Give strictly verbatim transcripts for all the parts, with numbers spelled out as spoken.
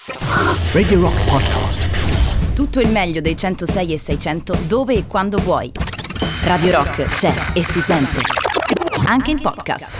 Radio Rock Podcast. Tutto il meglio dei centosei e seicento dove e quando vuoi. Radio Rock c'è e si sente anche in podcast.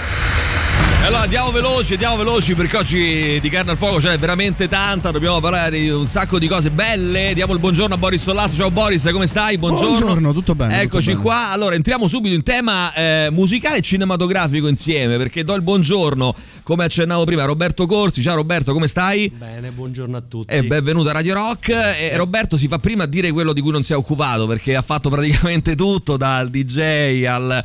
Allora andiamo veloci, andiamo veloci perché oggi di carne al fuoco c'è veramente tanta. Dobbiamo parlare di un sacco di cose belle. Diamo il buongiorno a Boris Sollazzo. Ciao Boris, come stai? Buongiorno. Buongiorno, tutto bene. Eccoci tutto bene. qua. Allora entriamo subito in tema eh, musicale e cinematografico insieme, perché do il buongiorno, come accennavo prima, a Roberto Corsi. Ciao Roberto, come stai? Bene, buongiorno a tutti. E benvenuto a Radio Rock. E Roberto si fa prima a dire quello di cui non si è occupato, perché ha fatto praticamente tutto, dal D J al,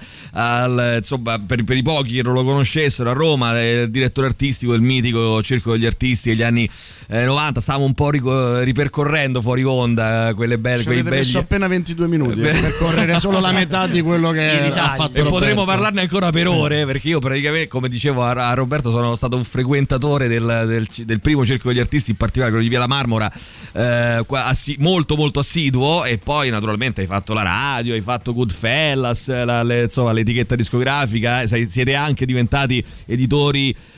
al insomma, per, per i pochi che non lo conoscessero, a Roma, il direttore artistico del mitico Circolo degli Artisti degli anni eh, novanta. Stavamo un po' ric- ripercorrendo fuori onda quelle belle, ci quei avete belli... messo appena ventidue minuti eh, per correre solo la metà di quello che ha fatto e Roberto. Potremo parlarne ancora per ore, perché io praticamente, come dicevo a, a Roberto, sono stato un frequentatore del, del, del primo Circolo degli Artisti, in particolare quello di Via La Marmora, eh, assi- molto molto assiduo. E poi naturalmente hai fatto la radio, hai fatto Goodfellas, la, le, insomma, l'etichetta discografica, sei, siete anche diventati editori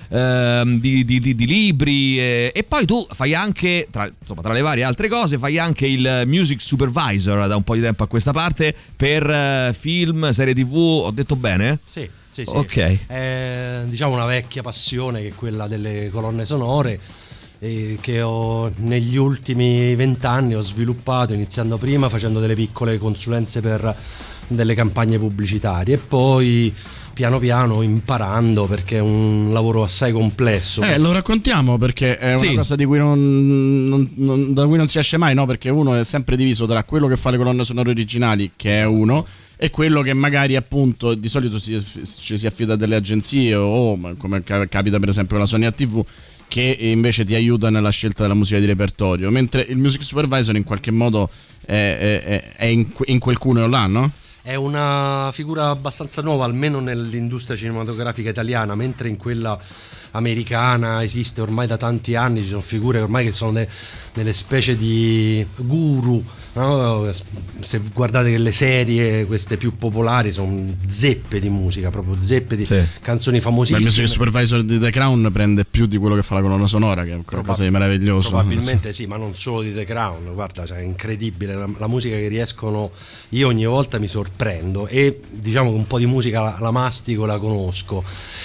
Ehm, di, di, di, di libri eh, e poi tu fai anche, tra, insomma, tra le varie altre cose, fai anche il music supervisor da un po' di tempo a questa parte per eh, film, serie tivù. Ho detto bene? Sì, sì, sì. Ok. È, diciamo, una vecchia passione, che è quella delle colonne sonore, eh, che ho negli ultimi vent'anni ho sviluppato, iniziando prima facendo delle piccole consulenze per delle campagne pubblicitarie e poi piano piano imparando, perché è un lavoro assai complesso. Eh, lo raccontiamo perché è una Sì. cosa di cui non, non, non, da cui non si esce mai, no? Perché uno è sempre diviso tra quello che fa le colonne sonore originali, che è uno, e quello che magari appunto di solito si, ci si affida a delle agenzie o come capita per esempio con la Sony A T V, che invece ti aiuta nella scelta della musica di repertorio, mentre il music supervisor in qualche modo è, è, è in, in quel cuneo là, no? È una figura abbastanza nuova, almeno nell'industria cinematografica italiana, mentre in quella americana esiste ormai da tanti anni. Ci sono figure ormai che sono de, delle specie di guru, no? Se guardate che le serie, queste più popolari, sono zeppe di musica, proprio zeppe di sì. canzoni famosissime. Ma il music supervisor di The Crown prende più di quello che fa la colonna sonora, che è qualcosa di meraviglioso. Probabilmente sì, ma non solo di The Crown. Guarda, cioè, è incredibile la, la musica che riescono. Io ogni volta mi sorprendo e diciamo che un po' di musica la, la mastico, la conosco.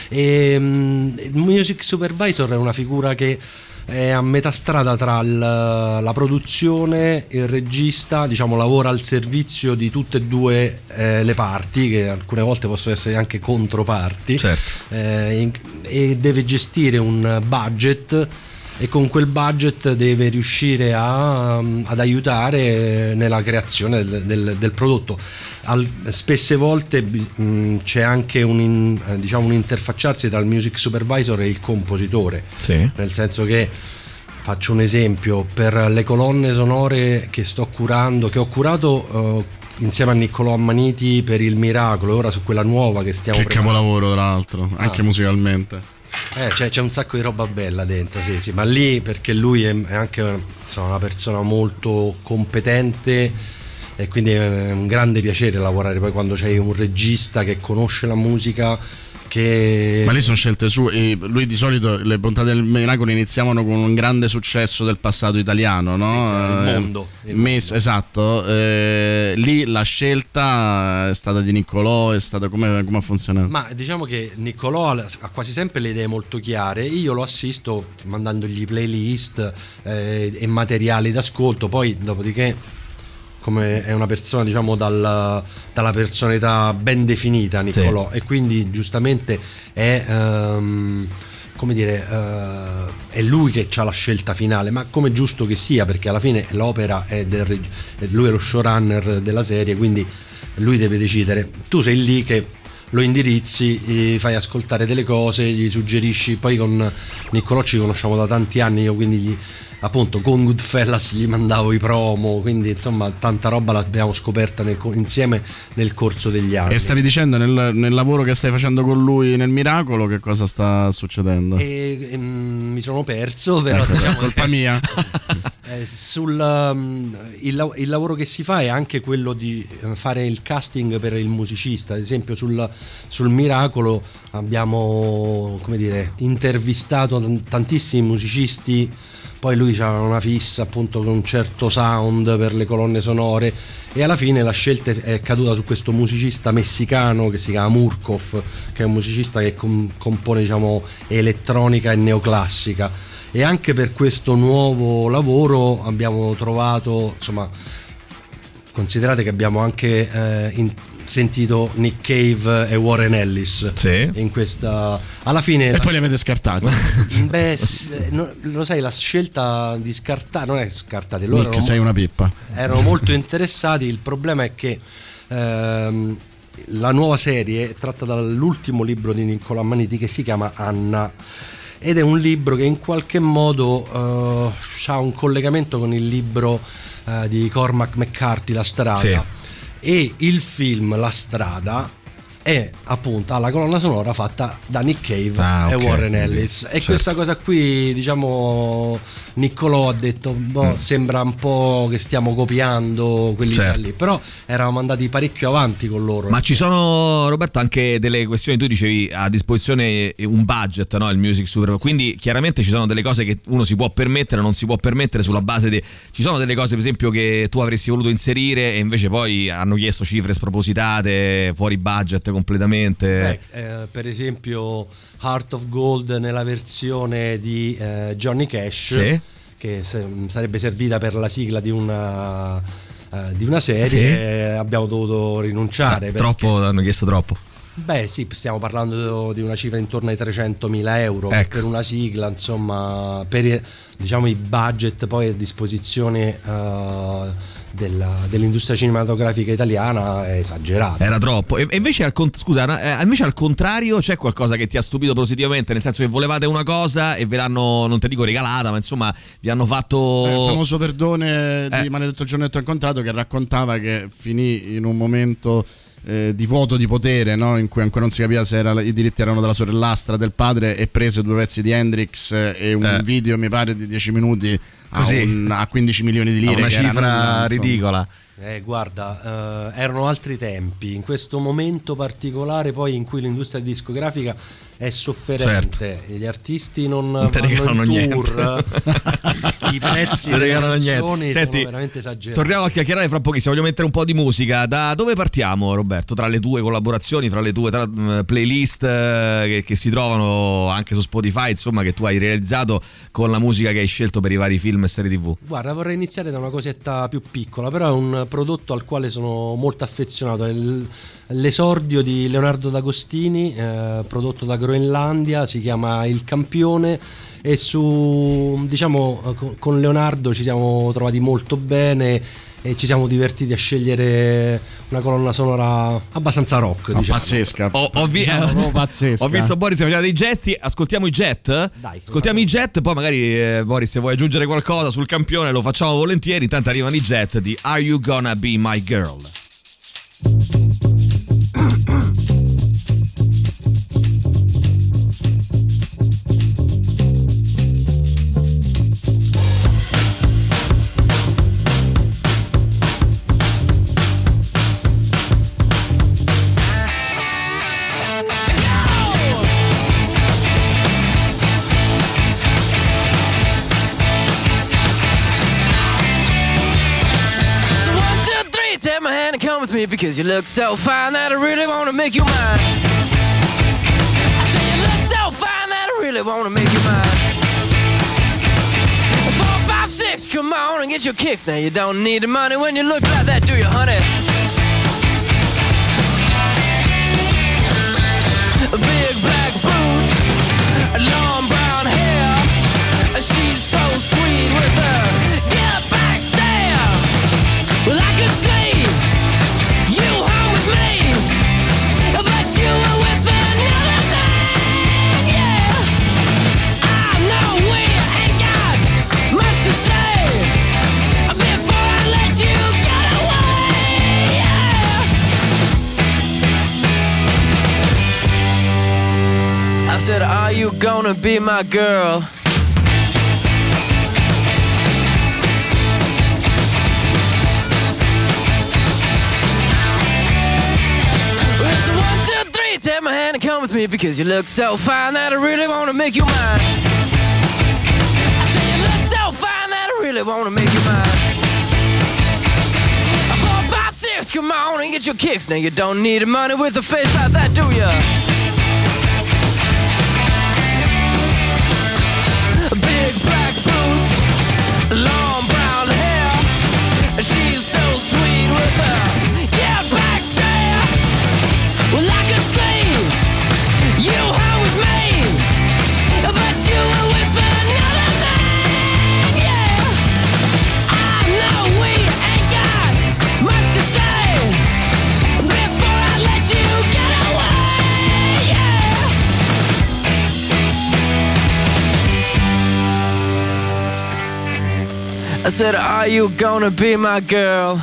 E um, il music supervisor è una figura che è a metà strada tra il, la produzione e il regista, diciamo, lavora al servizio di tutte e due eh, le parti, che alcune volte possono essere anche controparti. Certo. eh, in, e deve gestire un budget, e con quel budget deve riuscire a, ad aiutare nella creazione del, del, del prodotto. Al, spesse volte mh, c'è anche un, in, diciamo, un interfacciarsi tra il music supervisor e il compositore, sì. Nel senso che, faccio un esempio, per le colonne sonore che sto curando, che ho curato uh, insieme a Niccolò Ammaniti per Il Miracolo, ora su quella nuova che stiamo che preparando. Capolavoro, tra l'altro, anche ah. musicalmente. Eh, c'è, c'è un sacco di roba bella dentro, sì, sì, ma lì perché lui è, è anche insomma, una persona molto competente, e quindi è un grande piacere lavorare poi quando c'hai un regista che conosce la musica. Che... Ma lì sono scelte sue. Lui di solito le puntate del Miracolo iniziavano con un grande successo del passato italiano, no? Sì, sì, il mondo, il Messo, mondo. Esatto. Eh, lì la scelta è stata di Niccolò, è stata come, come ha funzionato? Ma diciamo che Niccolò ha quasi sempre le idee molto chiare, io lo assisto mandandogli playlist eh, e materiali d'ascolto, poi dopodiché, come è una persona, diciamo, dal, dalla personalità ben definita Niccolò, sì. E quindi giustamente è um, come dire uh, è lui che ha la scelta finale, ma come giusto che sia, perché alla fine l'opera è del lui è lo showrunner della serie, quindi lui deve decidere. Tu sei lì che lo indirizzi, gli fai ascoltare delle cose, gli suggerisci. Poi con Niccolò ci conosciamo da tanti anni, io quindi gli appunto con Goodfellas gli mandavo i promo, quindi insomma tanta roba l'abbiamo scoperta nel, insieme nel corso degli anni. E stavi dicendo nel, nel lavoro che stai facendo con lui nel Miracolo, che cosa sta succedendo? E, e, mi sono perso, però ecco, diciamo, colpa mia. eh, sul, um, il, il lavoro che si fa è anche quello di fare il casting per il musicista. Ad esempio sul, sul Miracolo abbiamo, come dire, intervistato tantissimi musicisti poi lui aveva una fissa appunto con un certo sound per le colonne sonore, e alla fine la scelta è caduta su questo musicista messicano che si chiama Murkoff, che è un musicista che com- compone diciamo elettronica e neoclassica, e anche per questo nuovo lavoro abbiamo trovato, insomma, considerate che abbiamo anche eh, in, sentito Nick Cave e Warren Ellis sì. in questa, alla fine e la... poi li avete scartati. Beh, no, lo sai, la scelta di scartare non è scartati, loro Nick, erano, sei una pippa. erano molto interessati. Il problema è che ehm, la nuova serie è tratta dall'ultimo libro di Niccolo Ammaniti che si chiama Anna, ed è un libro che in qualche modo uh, ha un collegamento con il libro uh, di Cormac McCarthy, La strada, sì. E il film La strada è appunto alla colonna sonora fatta da Nick Cave ah, e okay. Warren Ellis, e certo. Questa cosa qui, diciamo, Niccolò ha detto boh, mm. sembra un po' che stiamo copiando quelli certo. lì, però eravamo andati parecchio avanti con loro. Ma ci sono, Roberto, anche delle questioni, tu dicevi a disposizione un budget, no? Il Music Super, quindi chiaramente ci sono delle cose che uno si può permettere, non si può permettere sulla base di, ci sono delle cose per esempio che tu avresti voluto inserire e invece poi hanno chiesto cifre spropositate, fuori budget completamente. Beh, eh, per esempio Heart of Gold nella versione di eh, Johnny Cash, sì. che se, sarebbe servita per la sigla di una, uh, di una serie, sì. eh, abbiamo dovuto rinunciare. Sì, troppo, hanno chiesto troppo. Beh sì, stiamo parlando di una cifra intorno ai trecentomila euro ecco. per una sigla, insomma, per diciamo i budget poi a disposizione uh, della, dell'industria cinematografica italiana è esagerato. Era troppo. E invece al, scusa, invece al contrario c'è qualcosa che ti ha stupito positivamente, nel senso che volevate una cosa e ve l'hanno, non ti dico regalata, ma insomma vi hanno fatto... Eh, il famoso Verdone eh. di Maledetto Giornetto Incontrato, che raccontava che finì in un momento... Eh, di vuoto di potere, no? In cui ancora non si capiva se era, i diritti erano della sorellastra del padre, e prese due pezzi di Hendrix e un eh. video mi pare di dieci minuti a, un, a quindici milioni di lire, una che cifra nulla, ridicola. Eh, guarda, eh, erano altri tempi, in questo momento particolare poi in cui l'industria discografica è sofferente, certo. Gli artisti non, non te regalano in tour, i prezzi non regalano niente. Senti, sono veramente esagerati. Torniamo a chiacchierare fra pochissimo, voglio mettere un po' di musica. Da dove partiamo, Roberto? Tra le tue collaborazioni, fra le tue tra, uh, playlist uh, che, che si trovano anche su Spotify, insomma, che tu hai realizzato con la musica che hai scelto per i vari film e serie tivù. Guarda, vorrei iniziare da una cosetta più piccola, però è un prodotto al quale sono molto affezionato. È il, l'esordio di Leonardo D'Agostini, eh, prodotto da Groenlandia, si chiama Il Campione, e su, diciamo, con Leonardo ci siamo trovati molto bene e ci siamo divertiti a scegliere una colonna sonora abbastanza rock, no, diciamo. Pazzesca. Ho, ho, vi- no, no, pazzesca. Ho visto Boris faceva dei gesti, ascoltiamo i Jet. Dai, ascoltiamo i Jet, poi magari eh, Boris, se vuoi aggiungere qualcosa sul campione lo facciamo volentieri. Intanto arrivano i Jet di Are You Gonna Be My Girl? Come with me because you look so fine that I really wanna make you mine. I say you look so fine that I really wanna make you mine. Four, five, six, come on and get your kicks. Now you don't need the money when you look like that, do you, honey? Big black boots, long brown hair. She's so sweet with her get back stare. Well, I can see you home with me, but you were with another man, yeah. I know we ain't got much to say before I let you get away, yeah. I said, are you gonna be my girl? Take my hand and come with me because you look so fine that I really want to make you mine. I say you look so really wanna make you mine. Four, five, six, come on and get your kicks. Now you don't need money with a face like that, do ya? Big black boots, long brown hair. She's so sweet with her get back stare. Well, I could see you home with me, but you were with another man, yeah. I know we ain't got much to say before I let you get away, yeah. I said, are you gonna be my girl?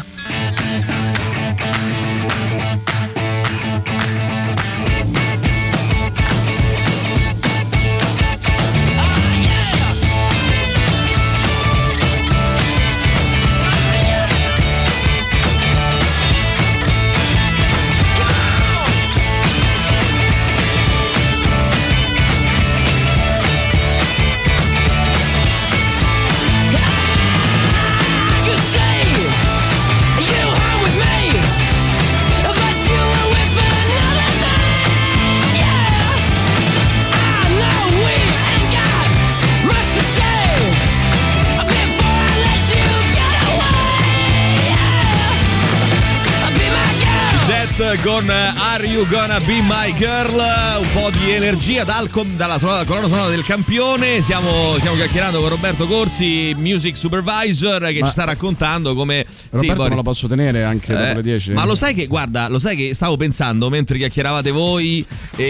Con Are You Gonna Be My Girl, un po' di energia dal com- dalla sonora, colonna sonora del campione. Stiamo, stiamo chiacchierando con Roberto Corsi, music supervisor, che ma ci sta raccontando come Roberto, sì, poi... non lo posso tenere anche dopo eh, le dieci. Ma lo sai che, guarda, lo sai che stavo pensando mentre chiacchieravate voi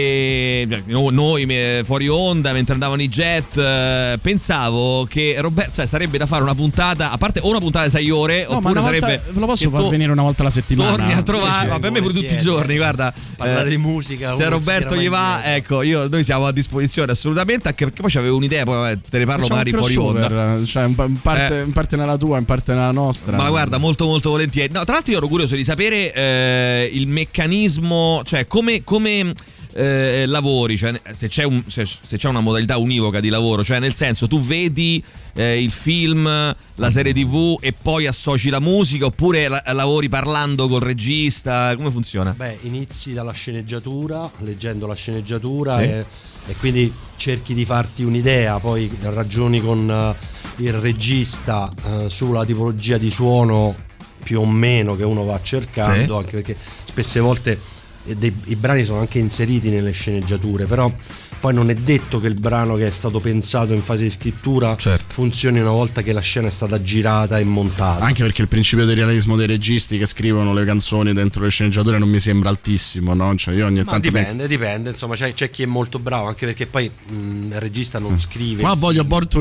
e noi fuori onda, mentre andavano i jet, eh, pensavo che Roberto, cioè sarebbe da fare una puntata, a parte o una puntata di sei ore, no, oppure ma sarebbe volta, ve lo posso che far tu venire una volta alla settimana. torni a trovare, ma per me pure tutti i volentieri. giorni, guarda, Parlare eh, di musica, se a uno Roberto si gli tira mai va, indietro. ecco, io, noi siamo a disposizione assolutamente, anche perché poi c'avevo un'idea, poi vabbè, te ne parlo Facciamo magari un fuori onda. crossover, cioè in parte, Eh. in parte nella tua, in parte nella nostra. Ma guarda, molto molto volentieri. No, tra l'altro io ero curioso di sapere eh, il meccanismo, cioè come, come eh, lavori, cioè se c'è, un, se, se c'è una modalità univoca di lavoro, cioè nel senso tu vedi eh, il film, la serie tivù e poi associ la musica, oppure la, lavori parlando col regista, come funziona? Beh, inizi dalla sceneggiatura, leggendo la sceneggiatura Sì. e, e quindi cerchi di farti un'idea, poi ragioni con uh, il regista uh, sulla tipologia di suono più o meno che uno va cercando, Sì. anche perché spesse volte eh, dei, i brani sono anche inseriti nelle sceneggiature, però poi non è detto che il brano che è stato pensato in fase di scrittura Certo. funzioni una volta che la scena è stata girata e montata. Anche perché il principio del realismo dei registi che scrivono le canzoni dentro le sceneggiature non mi sembra altissimo, no? Cioè io ogni Ma tanto dipende, dipende, insomma c'è, c'è chi è molto bravo, anche perché poi mh, il regista non scrive. Qua il voglio film. Born to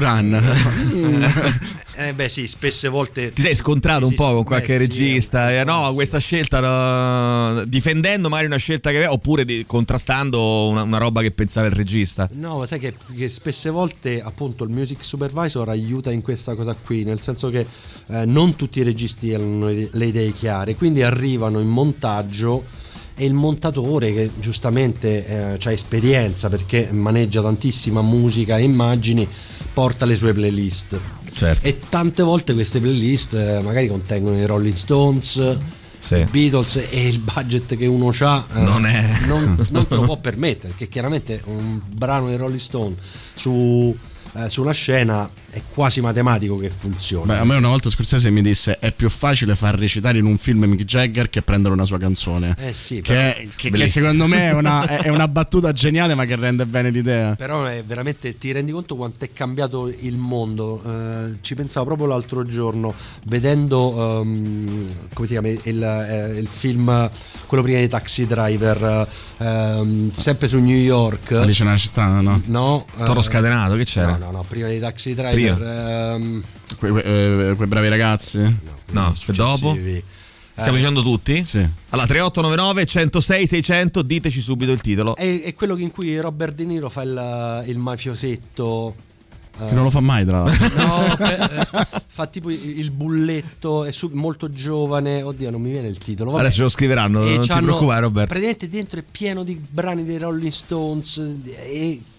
Run. Eh beh sì, spesse volte Ti sei scontrato Sì, un sì, po' sì, con beh, qualche sì, regista? un Eh, po', no, sì. questa scelta no, difendendo magari una scelta che aveva, oppure di, contrastando una, una roba che pensava il regista. No, ma sai che, che spesse volte appunto il music supervisor aiuta in questa cosa qui, nel senso che eh, non tutti i registi hanno le idee chiare, quindi arrivano in montaggio e il montatore, che giustamente eh, ha esperienza perché maneggia tantissima musica e immagini, porta le sue playlist. Certo. E tante volte queste playlist eh, magari contengono i Rolling Stones, Sì. i Beatles, e il budget che uno ha eh, Non è- non, non te lo può permettere, perché chiaramente un brano dei Rolling Stones su, eh, su una scena è quasi matematico che funziona. Beh, a me una volta Scorsese mi disse è più facile far recitare in un film Mick Jagger che prendere una sua canzone. Eh sì, Che, però, è- che- che Bellissimo. secondo me è una, è una battuta geniale, ma che rende bene l'idea. però è veramente, ti rendi conto quanto è cambiato il mondo. Eh, ci pensavo proprio l'altro giorno vedendo ehm, come si chiama il, eh, il film, quello prima di Taxi Driver, ehm, sempre su New York. Alice nella città, no? No, Toro eh, scatenato, che c'era? No, no, no, prima di Taxi Driver. ehm, Que- que- eh, quei bravi ragazzi. No, successivi. dopo? Stiamo Eh, dicendo tutti? Sì. Allora, tre otto nove nove uno zero sei sei zero zero, diteci subito il titolo. È, è quello in cui Robert De Niro fa il, il mafiosetto. eh, Che non lo fa mai, tra l'altro. No, eh, fa tipo il il bulletto, è su- molto giovane. Oddio, non mi viene il titolo. Vabbè. Adesso ce lo scriveranno, E non ti c'hanno- preoccupare, Roberto. Praticamente dentro è pieno di brani dei Rolling Stones, e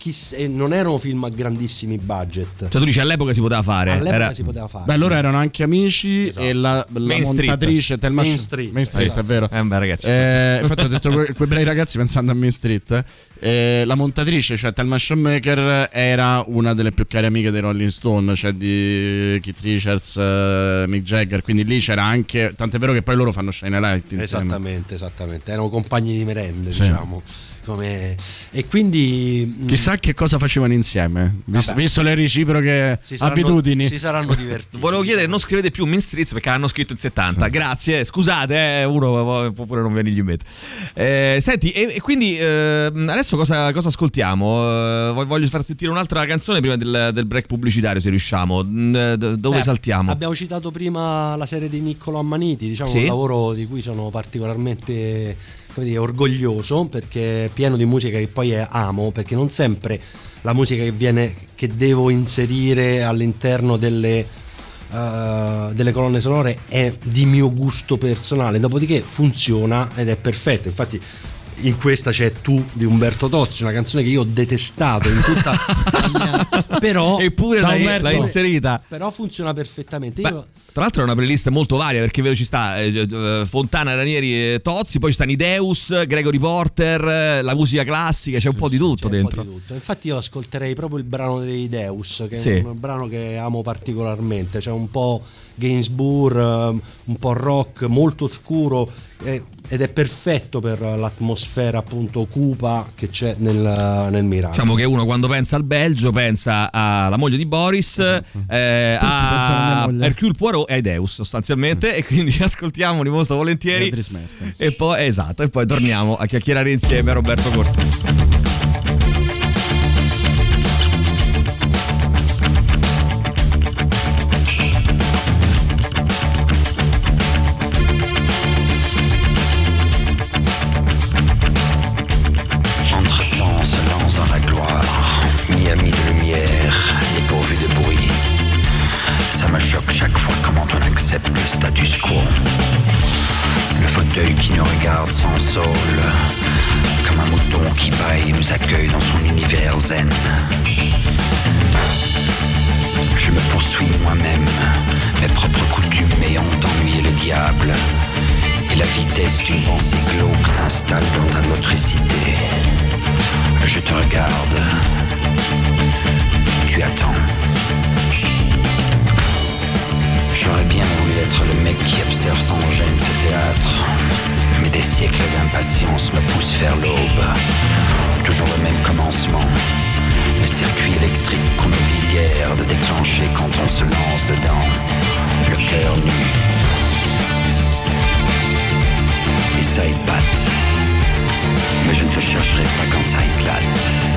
chiss- e non erano film a grandissimi budget. Cioè tu dici all'epoca si poteva fare. All'epoca Era... si poteva fare. Beh, loro erano anche amici, Esatto. e la, la Main montatrice Thelma Main Sch- Street. Main Street, Esatto. è vero. Eh, beh, ragazzi. Eh, infatti ho detto que- quei bravi ragazzi pensando a Main Street. Eh, la montatrice, cioè Thelma Schoonmaker, era una delle più care amiche dei Rolling Stone, cioè di Keith Richards, eh, Mick Jagger, quindi lì c'era anche, tant'è vero che poi loro fanno Shine a Light insieme. Esattamente, esattamente. Erano compagni di merende, Sì. diciamo. Come... E quindi mh, Chissà che cosa facevano insieme, visto, Vabbè. visto le reciproche si saranno, abitudini. si saranno divertiti. Volevo chiedere, non scrivete più Mean Streets perché hanno scritto in settanta. Grazie, scusate, eh, uno può pure non venirgli in mente. Eh, senti, e, e quindi eh, adesso cosa, cosa ascoltiamo? Eh, voglio far sentire un'altra canzone prima del, del break pubblicitario, se riusciamo. D- dove Beh, saltiamo? Abbiamo citato prima la serie di Niccolo Ammaniti, diciamo Sì. un lavoro di cui sono particolarmente, come dire, orgoglioso, perché è pieno di musica che poi amo, perché non sempre la musica che viene che devo inserire all'interno delle uh, delle colonne sonore è di mio gusto personale, dopodiché funziona ed è perfetta. Infatti in questa c'è Tu di Umberto Tozzi, una canzone che io ho detestato in tutta la mia, però Eppure Ciao, l'hai, Umberto. l'hai inserita. però funziona perfettamente. Beh, Io tra l'altro è una playlist molto varia, perché vero ci sta eh, eh, Fontana, Ranieri e Tozzi, poi ci stanno i Deus, Gregory Porter, eh, la musica classica, c'è un po' di tutto c'è un po' dentro. di tutto. Infatti io ascolterei proprio il brano dei Deus, che Sì. è un brano che amo particolarmente, c'è un po' Gainsbourg, eh, un po' rock, molto scuro, eh, ed è perfetto per l'atmosfera appunto cupa che c'è nel, nel Mirage. Diciamo che uno quando pensa al Belgio pensa alla moglie di Boris, Esatto. eh, pensano a mia a moglie. Hercule Poirot e ai Deus sostanzialmente, e quindi ascoltiamoli molto volentieri. Beatrice Mertens. E poi, esatto, e poi torniamo a chiacchierare insieme a Roberto Corsi. Entre-temps se lance dans la gloire, mi-ami de lumière, dépourvu de bruit. Ça me choque chaque fois comment on accepte le status quo. Le fauteuil qui nous regarde sans saule, comme un mouton qui bâille et nous accueille dans son univers zen. Je me poursuis moi-même, mes propres coutumes m'ayant ennuyé le diable. Et la vitesse d'une pensée glauque s'installe dans ta motricité. Je te regarde, tu attends. J'aurais bien voulu être le mec qui observe sans gêne ce théâtre, mais des siècles d'impatience me poussent vers l'aube. Toujours le même commencement, le circuit électrique qu'on oublie guère de déclencher quand on se lance dedans, le cœur nu. Et ça épate, mais je ne te chercherai pas quand ça éclate.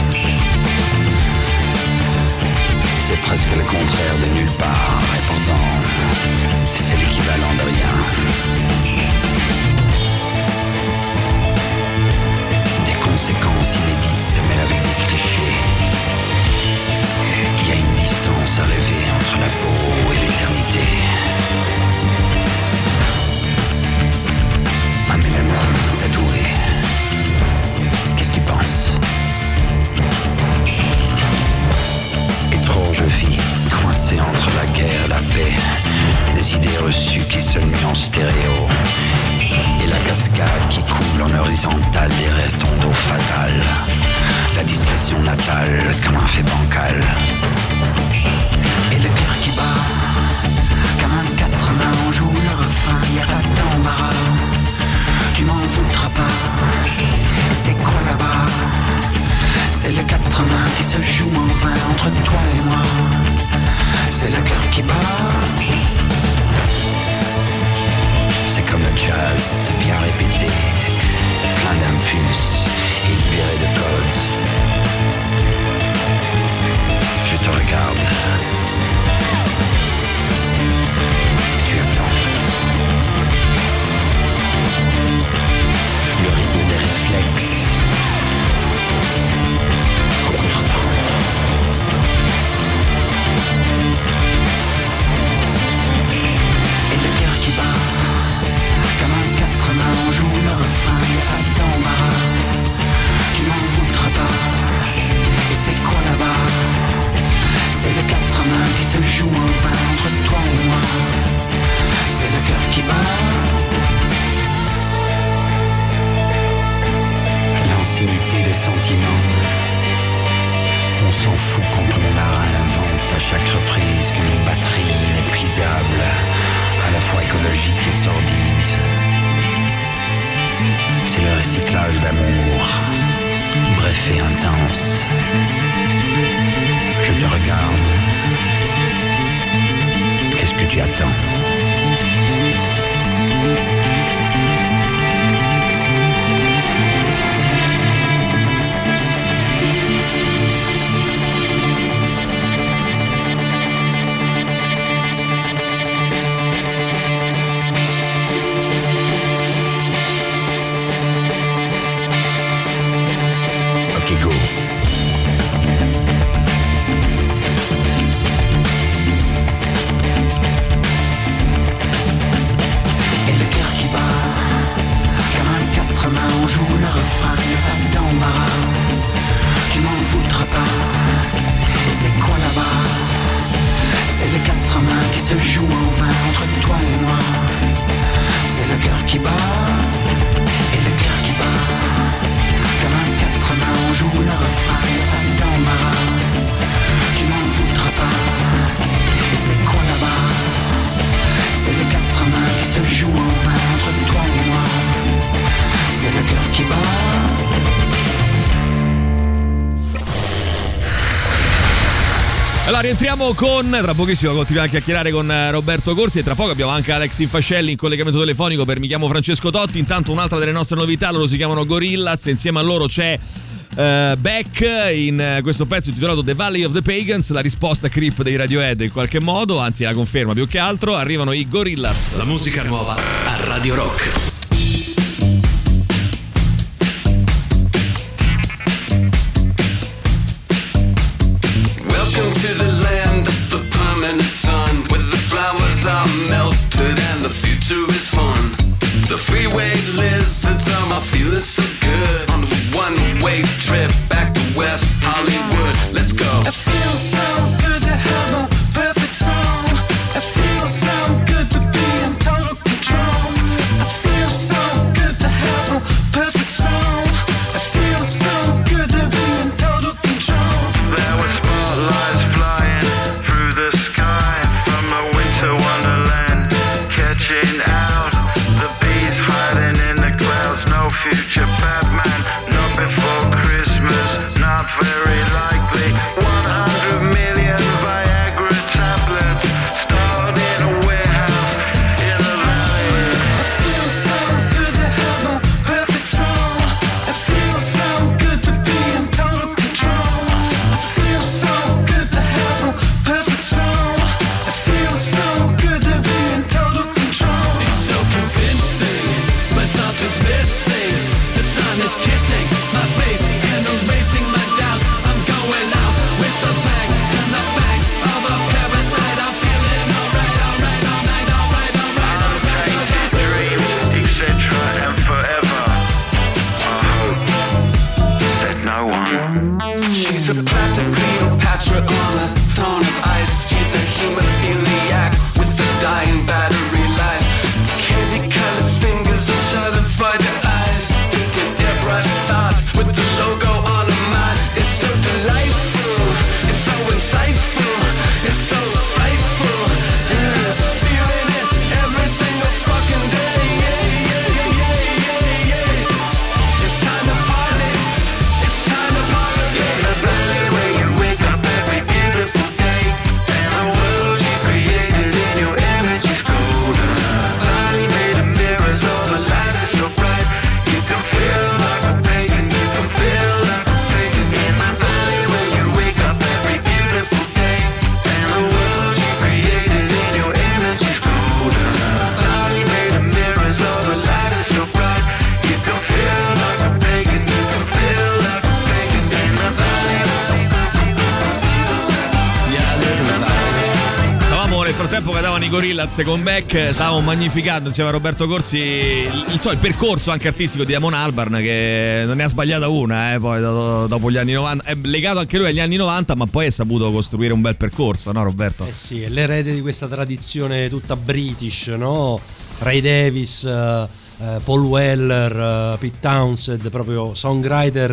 C'est presque le contraire de nulle part, et pourtant, c'est l'équivalent de rien. Des conséquences inédites se mêlent avec des clichés. Il y a une distance à rêver entre la peau et l'éternité. Un mélanome tatoué. Qu'est-ce que tu penses? Et trop je vis, coincé entre la guerre et la paix, des idées reçues qui se muent en stéréo, et la cascade qui coule en horizontale derrière ton dos fatal, la discrétion natale comme un fait bancal. Et le cœur qui bat, comme un quatre mains, on joue le refrain, y a pas d'embarras. Tu m'en voudras pas, c'est quoi là-bas? C'est le quatre mains qui se joue en vain entre toi et moi. C'est le cœur qui bat. C'est comme le jazz, bien répété, plein d'impulses et libéré de codes. Je te regarde. Tu attends. Le rythme des réflexes. Et le cœur qui bat, comme un quatre mains, on joue le refrain, y'a pas d'embarras. Tu m'en voudras chaque reprise qu'une batterie inépuisable, à la fois écologique et sordide. C'est le recyclage d'amour, bref et intense. Je te regarde. Qu'est-ce que tu attends ? Rientriamo con, tra pochissimo continuiamo a chiacchierare con Roberto Corsi e tra poco abbiamo anche Alex Infascelli in collegamento telefonico per Mi chiamo Francesco Totti. Intanto un'altra delle nostre novità, loro si chiamano Gorillaz e insieme a loro c'è uh, Beck in questo pezzo intitolato The Valley of the Pagans, la risposta creep dei Radiohead in qualche modo, anzi la conferma più che altro, arrivano i Gorillaz. La musica nuova a Radio Rock. Are melted and the future is fun. The freeway lizards are feeling so good on a one-way trip back to West Hollywood. Let's go. It feels so good to have a perfect song. It feels so good to be in total control. It feels so good to have a perfect song. It feels so good to be in total control. There were spotlights flying through the sky from a winter wonderland, catching out the bees hiding in the clouds. No future Batman, not before Christmas, not very likely. one hundred million Viagra tablets stored in a warehouse in the valley. It feels so good to have a perfect song. It feels so good to be in total control. It feels so good to have a perfect song. It feels so good to be in total control. It's so convincing, but something's missing. The sun is kissing my face and erasing my doubts. I'm going out with the bang and the fangs of a parasite. I'm feeling alright, alright, alright, alright, alright, alright, alright. Dreams, et cetera and forever. I hope, said no one. She's a plastic Cleopatra on a throne of ice. She's a hemophiliac with a dying battery life. Candy colored fingers on shuttered frightened eyes. Thinking airbrush thoughts with the logo on her mind. It's so delightful, it's so insightful, it's so frightful. Yeah, feeling it every single fucking day. Yeah, yeah, yeah, yeah, yeah, yeah. It's time to party, it's time to party. In the valley where you wake up every beautiful day, and the world you created in your image is golden. Valley made of mirrors, all the light is so bright. You can feel like a pagan, you can feel like a pagan. In the valley where you wake up every beautiful day, and the world you created in your image is golden. Valley made of mirrors, all the light is so bright. You can feel like a pagan, you can feel like a pagan. In the valley. Yeah, I live in the valley. Stavamo nel frattempo che davano i Gorillaz con Beck, stavamo magnificando insieme a Roberto Corsi il, il, so, il percorso anche artistico di Damon Albarn, che non ne ha sbagliata una, eh, poi do, dopo gli anni novanta, è legato anche lui agli anni novanta, ma poi ha saputo costruire un bel percorso, no Roberto? Eh sì, è l'erede di questa tradizione tutta british, no? Ray Davis, uh, uh, Paul Weller, uh, Pete Townsend, proprio songwriter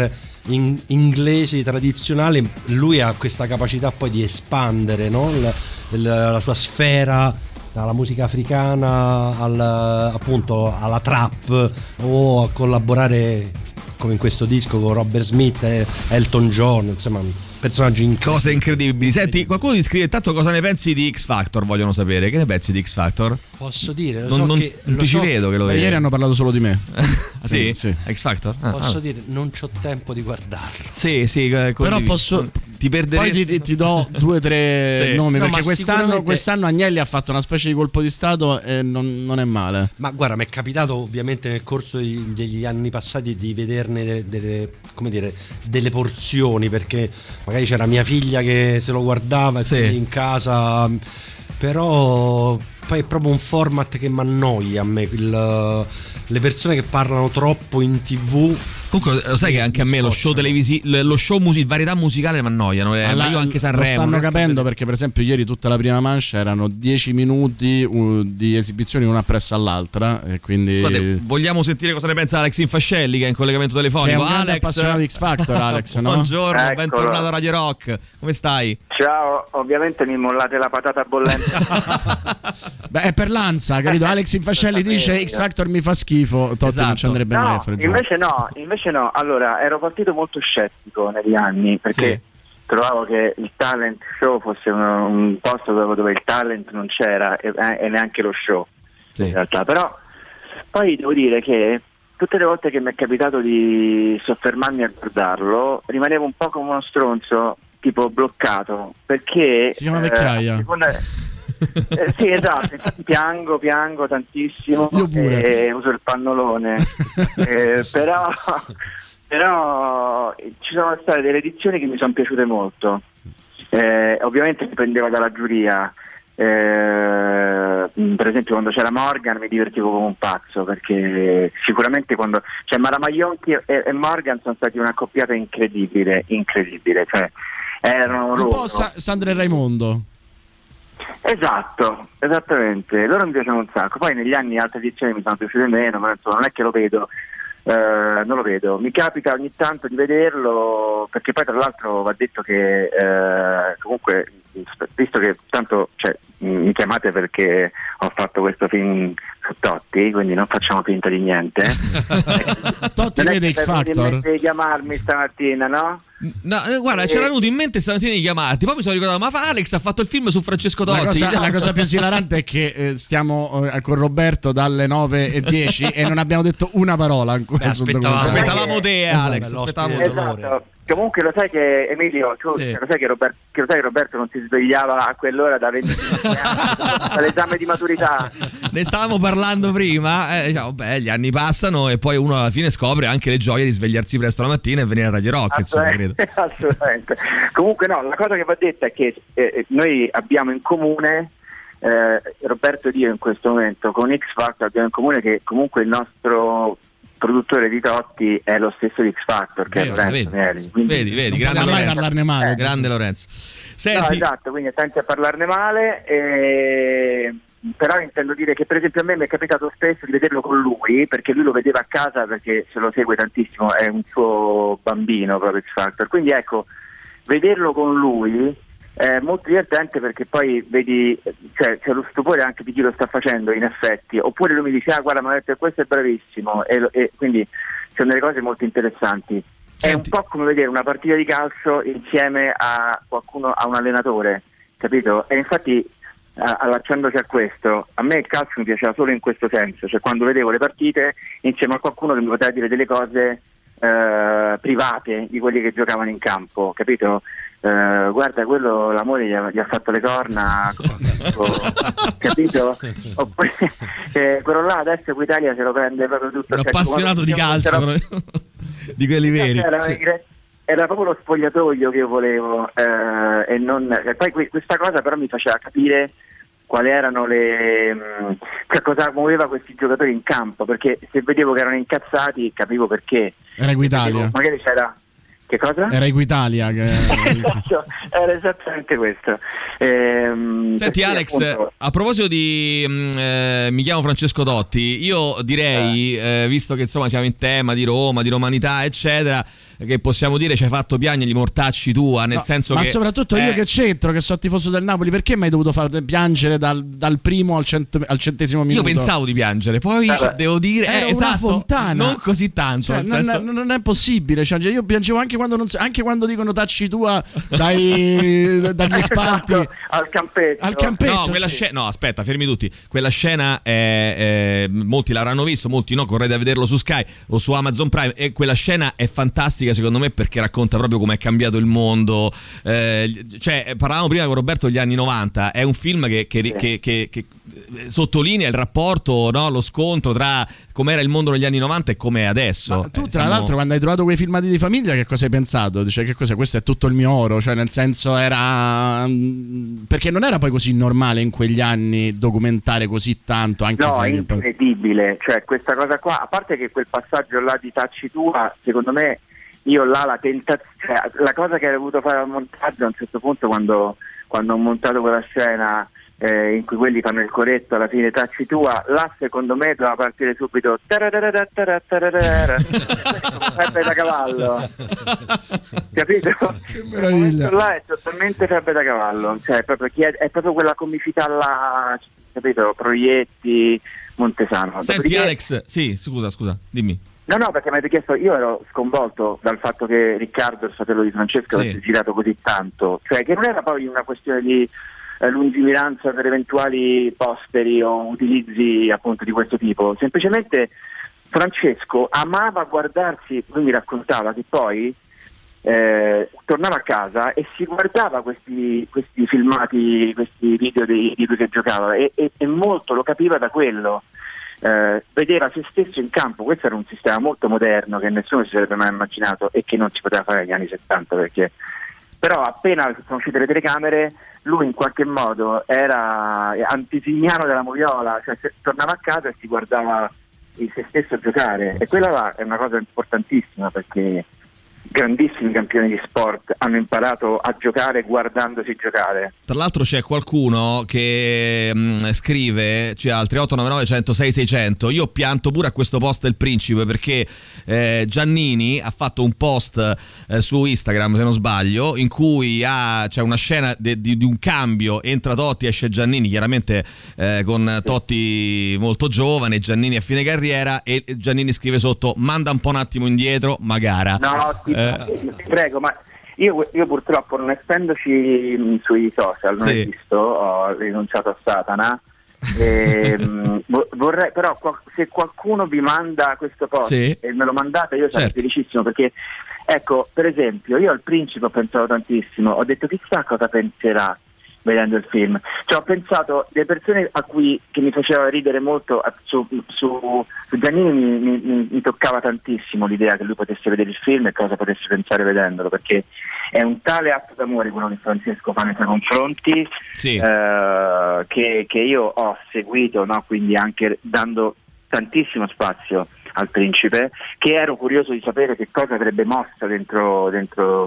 in- inglesi tradizionali, lui ha questa capacità poi di espandere, no? la, la, la sua sfera dalla musica africana al, appunto alla trap, o a collaborare come in questo disco con Robert Smith e Elton John, insomma personaggi incredibili. Cose incredibili. Senti, qualcuno ti scrive intanto cosa ne pensi di X Factor, vogliono sapere. Che ne pensi di X Factor? Posso dire, lo non, so non, che, non lo ti so, ci vedo che lo Ma vedi. ieri hanno parlato solo di me. Ah, sì? Sì. X Factor? Ah, posso ah. dire, non c'ho tempo di guardarlo. Sì, sì, eh, Però condivido. posso. Ti perderesti. Poi ti, ti do due o tre Sì. nomi, No, perché ma quest'anno, sicuramente- quest'anno Agnelli ha fatto una specie di colpo di stato e non, non è male. Ma guarda, mi è capitato ovviamente nel corso di- degli anni passati di vederne delle, delle- come dire, delle porzioni, perché magari c'era mia figlia che se lo guardava e Sì. quindi in casa, però poi è proprio un format che mi annoia a me, il- le persone che parlano troppo in tv. Comunque, lo sai che anche a me lo show televisivo, lo show music, varietà musicale mi annoiano. Eh, Alla- ma io anche lo Sanremo. stanno non riesco a capendo, vedere. perché per esempio ieri tutta la prima mancia erano dieci minuti uh, di esibizioni una appresso all'altra, e quindi Scusate, vogliamo sentire cosa ne pensa Alex Infascelli, che è in collegamento telefonico. È un grande Alex, appassionato di X Factor, Alex, no? Buongiorno, Eccolo. bentornato a Radio Rock. Come stai? Ciao, ovviamente mi mollate la patata bollente. Beh, è per l'ansia, capito? Alex Infascelli dice X Factor mi fa schifo, Totti Esatto. non ci andrebbe mai a No, fare il gioco. invece no, invece no. Allora, ero partito molto scettico negli anni perché Sì. trovavo che il talent show fosse un, un posto dove, dove il talent non c'era e, e neanche lo show, Sì. in realtà. Però poi devo dire che tutte le volte che mi è capitato di soffermarmi a guardarlo rimanevo un po' come uno stronzo, tipo bloccato, perché Si chiama vecchiaia. a seconda- Eh, sì, esatto, infatti piango, piango tantissimo. Io pure. E uso il pannolone. Eh, però, però ci sono state delle edizioni che mi sono piaciute molto. Eh, ovviamente dipendeva dalla giuria. Eh, per esempio quando c'era Morgan mi divertivo come un pazzo, perché sicuramente quando cioè Mara Maionchi e, e Morgan sono stati un'accoppiata incredibile, incredibile, cioè erano Un loro. po' Sa- Sandra e Raimondo. Esatto, esattamente, loro mi piacciono un sacco. Poi negli anni altre edizioni mi sono piaciute meno, ma insomma non è che lo vedo, eh, non lo vedo. Mi capita ogni tanto di vederlo, perché poi tra l'altro va detto che eh, comunque, visto che tanto cioè, mi chiamate perché ho fatto questo film su Totti, quindi non facciamo finta di niente. Totti Non è vede che X ti è venuto in Factor? mente di chiamarmi stamattina, no? No, eh, guarda, c'era venuto in mente stamattina di chiamarti. Poi mi sono ricordato, ma fa Alex ha fatto il film su Francesco La Totti. cosa, la cosa più esilarante è che eh, stiamo eh, con Roberto dalle nove e dieci e non abbiamo detto una parola ancora Beh, sul aspettavamo- documentario. Aspettavamo te, Esatto, Alex. l'ospite Aspettavamo del te. lavoro. Esatto. Comunque lo sai che Emilio, tu Sì. lo sai che Roberto, che lo sai che Roberto non si svegliava a quell'ora da venticinque anni all'esame di maturità. Ne stavamo parlando prima. Eh, diciamo, beh, gli anni passano e poi uno alla fine scopre anche le gioie di svegliarsi presto la mattina e venire a Radio Rock. Insomma, credo. Assolutamente, assolutamente. Comunque no, la cosa che va detta è che eh, noi abbiamo in comune, eh, Roberto ed io in questo momento, con X Factor abbiamo in comune che comunque il nostro produttore di Totti è lo stesso di X Factor, che Vedi, è Lorenzo vedi, Mieli. Quindi- vedi, vedi, Non grande poteva mai Lorenzo. parlarne male. Eh, Grande Lorenzo. No, Senti, esatto, quindi attenti a parlarne male, e... però intendo dire che per esempio a me mi è capitato spesso di vederlo con lui, perché lui lo vedeva a casa perché se lo segue tantissimo, è un suo bambino proprio X Factor, quindi ecco, vederlo con lui è molto divertente, perché poi vedi, cioè, c'è lo stupore anche di chi lo sta facendo in effetti, oppure lui mi dice ah guarda ma questo è bravissimo, e, e quindi sono delle cose molto interessanti. È un Senti. po' come vedere una partita di calcio insieme a qualcuno, a un allenatore, capito? E infatti eh, allacciandoci a questo, a me il calcio mi piaceva solo in questo senso, cioè quando vedevo le partite insieme a qualcuno che mi poteva dire delle cose eh, private di quelli che giocavano in campo, capito? Eh, guarda, quello l'amore gli ha, gli ha fatto le corna, capito? Oppure, eh, quello là adesso Italia se lo prende proprio tutto. un cioè, appassionato come- di calcio, c'era- però, di quelli veri. era, Sì. era proprio lo spogliatoio che io volevo, eh, e non e poi que- questa cosa però mi faceva capire quali erano le mh, cioè cosa muoveva questi giocatori in campo, perché se vedevo che erano incazzati capivo perché. Era Equitalia. Vedevo- magari c'era che cosa? Era Equitalia. Che... Esatto, era esattamente questo. Ehm, Senti perché, Alex, appunto, a proposito di mh, eh, mi chiamo Francesco Totti, io direi, eh, visto che insomma siamo in tema di Roma, di romanità eccetera, che possiamo dire ci hai fatto piangere gli mortacci tua, nel No, senso ma che soprattutto io eh, che c'entro, che sono tifoso del Napoli, perché mi hai dovuto far piangere dal, dal primo al, cento, al centesimo minuto? io pensavo di piangere, poi Vabbè. devo dire Era eh, una esatto, fontana. non così tanto, Cioè, nel non, senso- non è possibile, cioè, io piangevo anche quando, non, anche quando dicono tacci tua dai, dagli spalti Esatto, al campetto. al campetto. No, quella sì. scena, no, aspetta, fermi tutti. Quella scena, è, è- molti l'avranno visto, molti no, correte a vederlo su Sky o su Amazon Prime. E quella scena è fantastica, secondo me, perché racconta proprio come è cambiato il mondo. Eh, cioè, parlavamo prima con Roberto degli anni novanta. È un film che, che, Sì. che- che- che sottolinea il rapporto, no, lo scontro tra com'era il mondo negli anni novanta e com'è adesso. Ma tu, Eh, tra siamo- l'altro, quando hai trovato quei filmati di famiglia, che cosa hai pensato? Dice che cos'è? Questo è tutto il mio oro, cioè, nel senso, era. mm, Perché non era poi così normale in quegli anni documentare così tanto, anche No, se. è incredibile, cioè questa cosa qua, a parte che quel passaggio là di tacci tua, secondo me io là la tentazione, cioè, la cosa che avrei voluto fare al montaggio a un certo punto quando, quando ho montato quella scena eh, in cui quelli fanno il coretto alla fine tacci tua, là secondo me doveva partire subito tararara, tararara, febbre da cavallo, capito? Che meraviglia. Là è totalmente febbre da cavallo, cioè è proprio, chi è, è proprio quella comicità là, capito? Proietti, Montesano. Senti Dopodiché- Alex, sì, scusa, scusa, dimmi. No, no, perché mi avete chiesto, io ero sconvolto dal fatto che Riccardo, il fratello di Francesco, Sì. avesse girato così tanto, cioè che non era poi una questione di eh, lungimiranza per eventuali posteri o utilizzi appunto di questo tipo, semplicemente Francesco amava guardarsi, lui mi raccontava che poi eh, tornava a casa e si guardava questi, questi filmati, questi video di, di lui che giocava e, e, e molto lo capiva da quello. Eh, vedeva se stesso in campo. Questo era un sistema molto moderno che nessuno si sarebbe mai immaginato e che non si poteva fare negli anni settanta, perché però appena sono uscite le telecamere lui in qualche modo era antesignano della moviola, cioè se tornava a casa e si guardava il se stesso giocare, e quella là è una cosa importantissima, perché grandissimi campioni di sport hanno imparato a giocare guardandosi giocare. Tra l'altro c'è qualcuno che mh, scrive, cioè al tre otto nove nove uno zero sei sei zero zero, io pianto pure a questo post del Principe, perché eh, Giannini ha fatto un post eh, su Instagram, se non sbaglio, in cui ha, c'è una scena de, di, di un cambio, entra Totti, esce Giannini, chiaramente eh, con Totti molto giovane, Giannini a fine carriera, e Giannini scrive sotto: manda un po' un attimo indietro, Magara. No, ti, Eh. ti prego, ma io, io purtroppo, non essendoci mh, sui social, non Sì. esisto, ho rinunciato a Satana. E, mh, vo- vorrei, però, qua- se qualcuno vi manda questo post Sì. e me lo mandate, io sarei Certo. felicissimo, perché ecco, per esempio, io al Principe ho pensato tantissimo, ho detto chissà cosa penserà vedendo il film, cioè ho pensato le persone a cui che mi faceva ridere molto a- su, su, su Giannini mi, mi- mi- mi toccava tantissimo l'idea che lui potesse vedere il film e cosa potesse pensare vedendolo, perché è un tale atto d'amore quello che Francesco fa nei suoi confronti, Sì. eh, che, che io ho seguito, no? Quindi anche dando tantissimo spazio al Principe, che ero curioso di sapere che cosa avrebbe mossa dentro, dentro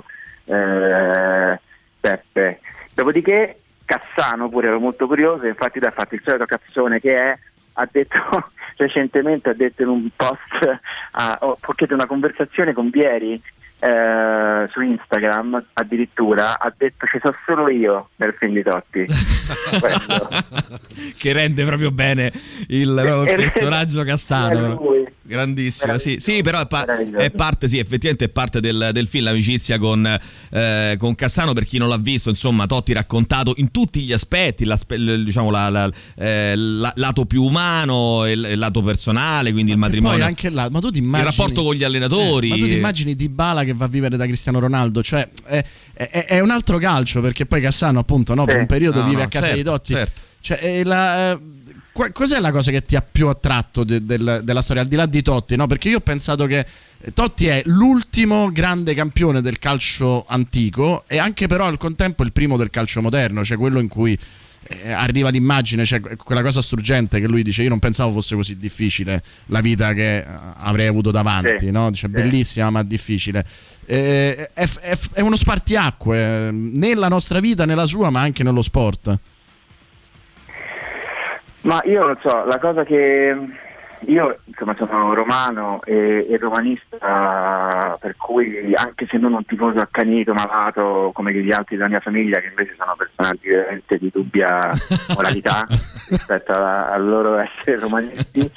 eh, Peppe. Dopodiché Cassano pure ero molto curioso, infatti ha fatto il solito cazzone che è, ha detto recentemente, ha detto in un post, a, ho portato una conversazione con Vieri eh, su Instagram, addirittura ha detto ci sono solo io nel film di Totti. Questo. Che rende proprio bene il, proprio il Eh, personaggio è Cassano. lui. Grandissimo, sì, sì, però è, pa- Meraviglioso. è parte, sì, effettivamente è parte del, del film, l'amicizia con, eh, con Cassano. Per chi non l'ha visto, insomma, Totti raccontato in tutti gli aspetti, l'aspe- l- diciamo la, la, eh, la- lato più umano, il, il lato personale, quindi il E matrimonio, poi anche là, ma tu ti immagini il rapporto con gli allenatori. Eh, ma tu ti immagini Dybala che va a vivere da Cristiano Ronaldo? Cioè è, è- è un altro calcio, perché poi Cassano appunto no, per Sì. un periodo No, vive no, a casa certo, di Totti. certo. Cioè, è la, eh, qu- cos'è la cosa che ti ha più attratto de- del- della storia, al di là di Totti? No? Perché io ho pensato che Totti è l'ultimo grande campione del calcio antico e anche però al contempo il primo del calcio moderno, cioè quello in cui eh, arriva l'immagine, cioè quella cosa struggente che lui dice: io non pensavo fosse così difficile la vita che eh, avrei avuto davanti, Sì, no? Dice sì. bellissima ma difficile. Eh, è, è- è uno spartiacque eh, nella nostra vita, nella sua, ma anche nello sport. Ma io non so, la cosa che io insomma sono romano e, e romanista, per cui anche se non un tifoso accanito, malato come gli altri della mia famiglia, che invece sono personaggi veramente di dubbia moralità rispetto a, a loro essere romanisti,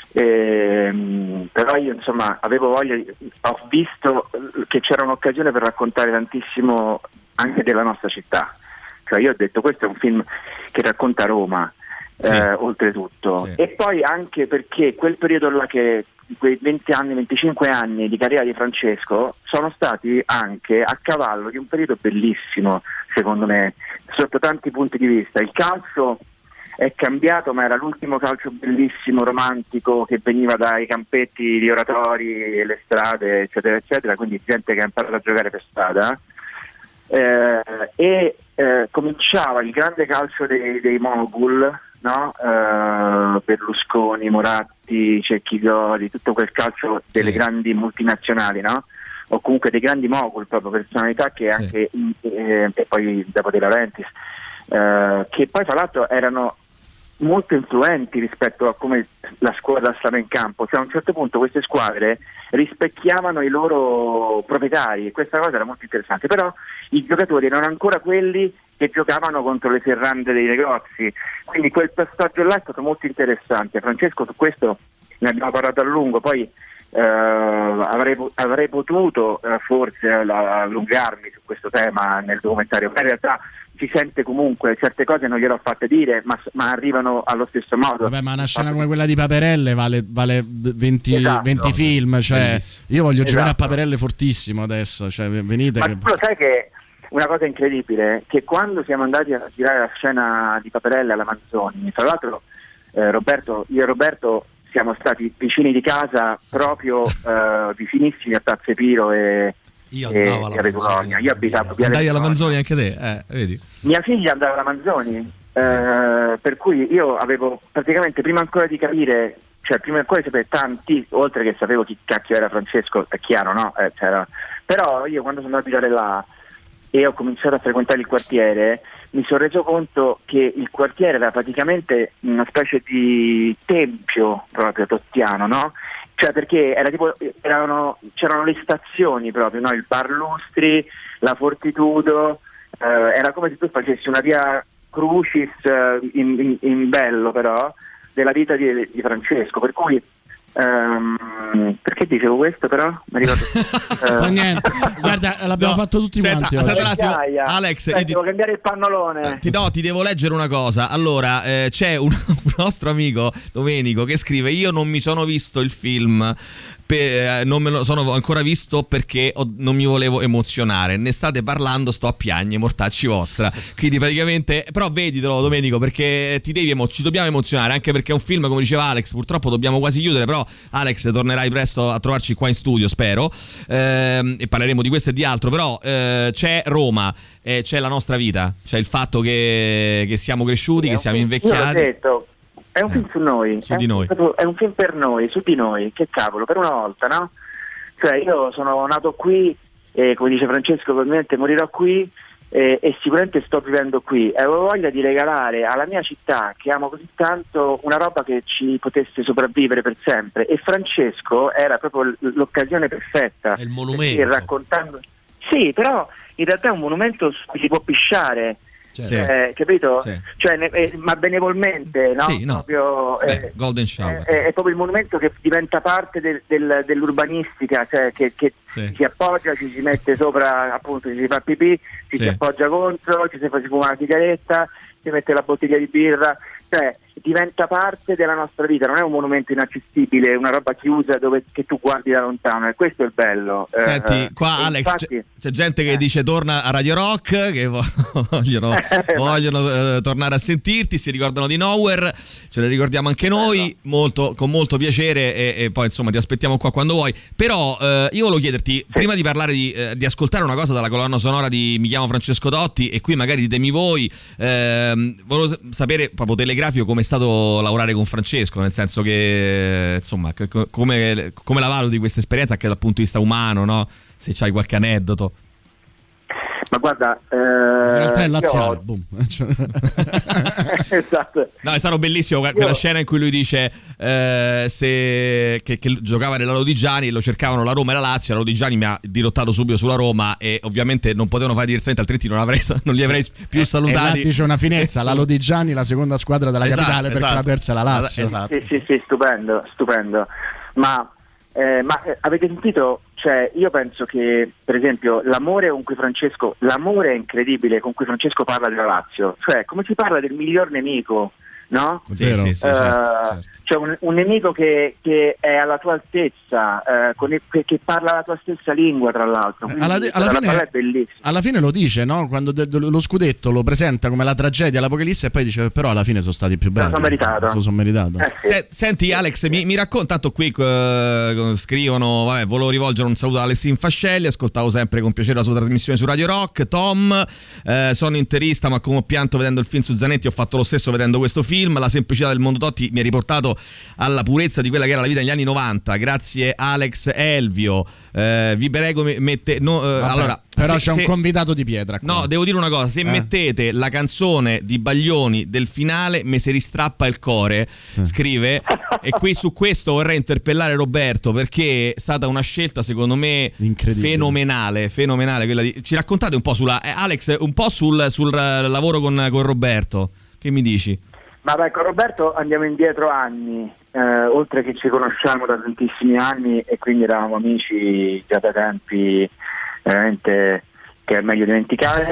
e, però io insomma avevo voglia di, ho visto che c'era un'occasione per raccontare tantissimo anche della nostra città, cioè io ho detto questo è un film che racconta Roma. Sì. Eh, oltretutto sì. E poi anche perché quel periodo là, che quei venti anni, venticinque anni di carriera di Francesco sono stati anche a cavallo di un periodo bellissimo, secondo me, sotto tanti punti di vista. Il calcio è cambiato, ma era l'ultimo calcio bellissimo, romantico, che veniva dai campetti di oratori e le strade, eccetera eccetera, quindi gente che ha imparato a giocare per strada. Eh, e eh, cominciava il grande calcio dei, dei mogul, no? Uh, Berlusconi, Moratti, Cecchi Gori, tutto quel calcio delle sì. grandi multinazionali, no? O comunque dei grandi mogul, proprio personalità che sì. anche eh, e poi dopo De Laurentiis, uh, che poi tra l'altro erano molto influenti rispetto a come la squadra stava in campo, cioè a un certo punto queste squadre rispecchiavano i loro proprietari e questa cosa era molto interessante, però i giocatori erano ancora quelli che giocavano contro le serrande dei negozi, quindi quel passaggio là è stato molto interessante. Francesco, su questo ne abbiamo parlato a lungo, poi eh, avrei, avrei potuto eh, forse allungarmi su questo tema nel documentario, ma in realtà si sente comunque, certe cose non gliele ho fatte dire, ma, ma arrivano allo stesso modo. Vabbè, ma una scena come quella di Paperelle vale, vale venti, esatto. venti film, cioè Bellissimo. Io voglio Esatto. giocare a Paperelle fortissimo adesso, cioè venite. Ma che... tu lo sai che una cosa incredibile, che quando siamo andati a girare la scena di Paperelle alla Manzoni, tra l'altro eh, Roberto, io e Roberto siamo stati vicini di casa, proprio eh, vicinissimi a Piazza Piro e Io e andavo alla Via Regolonia. Io abitavo via Andavi alla Regolonia. Manzoni anche te, eh, vedi? Mia figlia andava alla Manzoni, eh, per cui io avevo praticamente, prima ancora di capire, cioè prima ancora di sapere tanti, oltre che sapevo chi cacchio era Francesco, è chiaro, no? Eh, c'era. Però io quando sono andato a girare là e ho cominciato a frequentare il quartiere, mi sono reso conto che il quartiere era praticamente una specie di tempio proprio tottiano, no? Cioè perché era tipo, erano, c'erano le stazioni proprio, no? Il Bar Lustri, la Fortitudo, eh, era come se tu facessi una via Crucis eh, in, in, in bello però della vita di, di Francesco, per cui Um, perché dicevo questo però? Mi ricordo. Ma uh, niente, guarda, l'abbiamo no, fatto tutti senta, quanti. Aspetta un attimo, Vecchiaia. Alex, Beh, io devo ti... cambiare il pannolone. Ti, no, ti devo leggere una cosa. Allora, eh, c'è un, un nostro amico Domenico che scrive: io non mi sono visto il film, per, non me lo sono ancora visto perché ho, non mi volevo emozionare. Ne state parlando, sto a piagne, mortacci vostra. Quindi praticamente, però veditelo Domenico, perché ti devi emo- ci dobbiamo emozionare, anche perché è un film, come diceva Alex, purtroppo dobbiamo quasi chiudere, però Alex tornerai presto a trovarci qua in studio, spero, ehm, e parleremo di questo e di altro. Però eh, c'è Roma, eh, c'è la nostra vita, c'è il fatto che, che siamo cresciuti, Sì, che siamo film, invecchiati. io l'ho detto, è un Eh, film su noi, su è, di un, noi. proprio- è un film per noi, su di noi, che cavolo, per una volta, no? Cioè io sono nato qui e come dice Francesco probabilmente morirò qui e, e sicuramente sto vivendo qui e avevo voglia di regalare alla mia città che amo così tanto una roba che ci potesse sopravvivere per sempre, e Francesco era proprio l- l'occasione perfetta. È il monumento. Perché raccontando, sì, però in realtà è un monumento su cui si può pisciare. Sì. Eh, capito? Sì. Cioè, ne- eh, ma benevolmente, no? Sì, no. Proprio, Beh, eh, Golden Shower. È, è proprio il monumento che diventa parte del- del- dell'urbanistica, cioè che, che Sì. si appoggia, ci si mette sopra, appunto, ci si fa pipì, ci Sì. si appoggia contro, ci si fa si fuma una sigaretta, si mette la bottiglia di birra, cioè diventa parte della nostra vita, non è un monumento inaccessibile, una roba chiusa dove che tu guardi da lontano, e questo è il bello. Eh, Senti, qua e Alex, infatti- c'è, c'è gente che Eh. dice torna a Radio Rock, che vo- vogliono, vogliono eh, tornare a sentirti, si ricordano di Nowhere, ce le ricordiamo anche noi, molto, con molto piacere, e, e poi insomma ti aspettiamo qua quando vuoi. Però eh, io volevo chiederti, prima di parlare di, eh, di ascoltare una cosa dalla colonna sonora di Mi chiamo Francesco Dotti, e qui magari ditemi voi, ehm, volevo sapere proprio telegrafico come è stato lavorare con Francesco, nel senso che insomma c- c- come, come la valuti questa esperienza anche dal punto di vista umano, no? Se c'hai qualche aneddoto. Ma guarda, eh, in realtà è laziale, io... boom. Esatto. No, è stato bellissimo que- Io- quella scena in cui lui dice eh, se, che, che giocava nella Lodigiani, lo cercavano la Roma e la Lazio, la Lodigiani mi ha dirottato subito sulla Roma e ovviamente non potevano fare diversamente, altrimenti non, avrei, non li avrei più salutati. E là dice una finezza, la Nessuno. Lodigiani la seconda squadra della Esatto, capitale, perché esatto. la terza è la Lazio. Esatto. Sì, sì, sì, stupendo, stupendo. Ma, eh, ma eh, avete sentito? Cioè, io penso che, per esempio, l'amore con cui Francesco, l'amore è incredibile con cui Francesco parla della Lazio, cioè come si parla del miglior nemico, no? Sì, Vero. sì, sì, Eh, certo, certo. Cioè un, un nemico che, che è alla tua altezza, eh, con il- che, che parla la tua stessa lingua, tra l'altro. Quindi, Alla, alla la fine, parola è bellissima. alla fine lo dice, no? Quando de- de- lo scudetto lo presenta come la tragedia, l'apocalisse, e poi dice però alla fine sono stati più bravi. sono meritato. Se lo sono meritato. Eh, sì. Se- senti Alex, mi, mi racconta, tanto qui eh, scrivono, vabbè, volevo rivolgere un saluto ad Alessin Fascelli, ascoltavo sempre con piacere la sua trasmissione su Radio Rock. Tom, eh, sono interista ma come ho pianto vedendo il film su Zanetti, ho fatto lo stesso vedendo questo film, la semplicità del mondo Totti mi ha riportato alla purezza di quella che era la vita negli anni novanta, grazie Alex Elvio, eh, vi prego mette, no, eh, Vabbè, allora, però se- c'è un se- convitato di pietra qua. No, devo dire una cosa, se Eh. mettete la canzone di Baglioni del finale me si ristrappa il cuore, scrive, e qui su questo vorrei interpellare Roberto perché è stata una scelta secondo me Incredibile. fenomenale, fenomenale quella di... Ci raccontate un po' sulla eh, Alex, un po' sul, sul eh, lavoro con, con Roberto, che mi dici? Ma beh, con Roberto andiamo indietro anni, eh, oltre che ci conosciamo da tantissimi anni e quindi eravamo amici già da tempi veramente che è meglio dimenticare.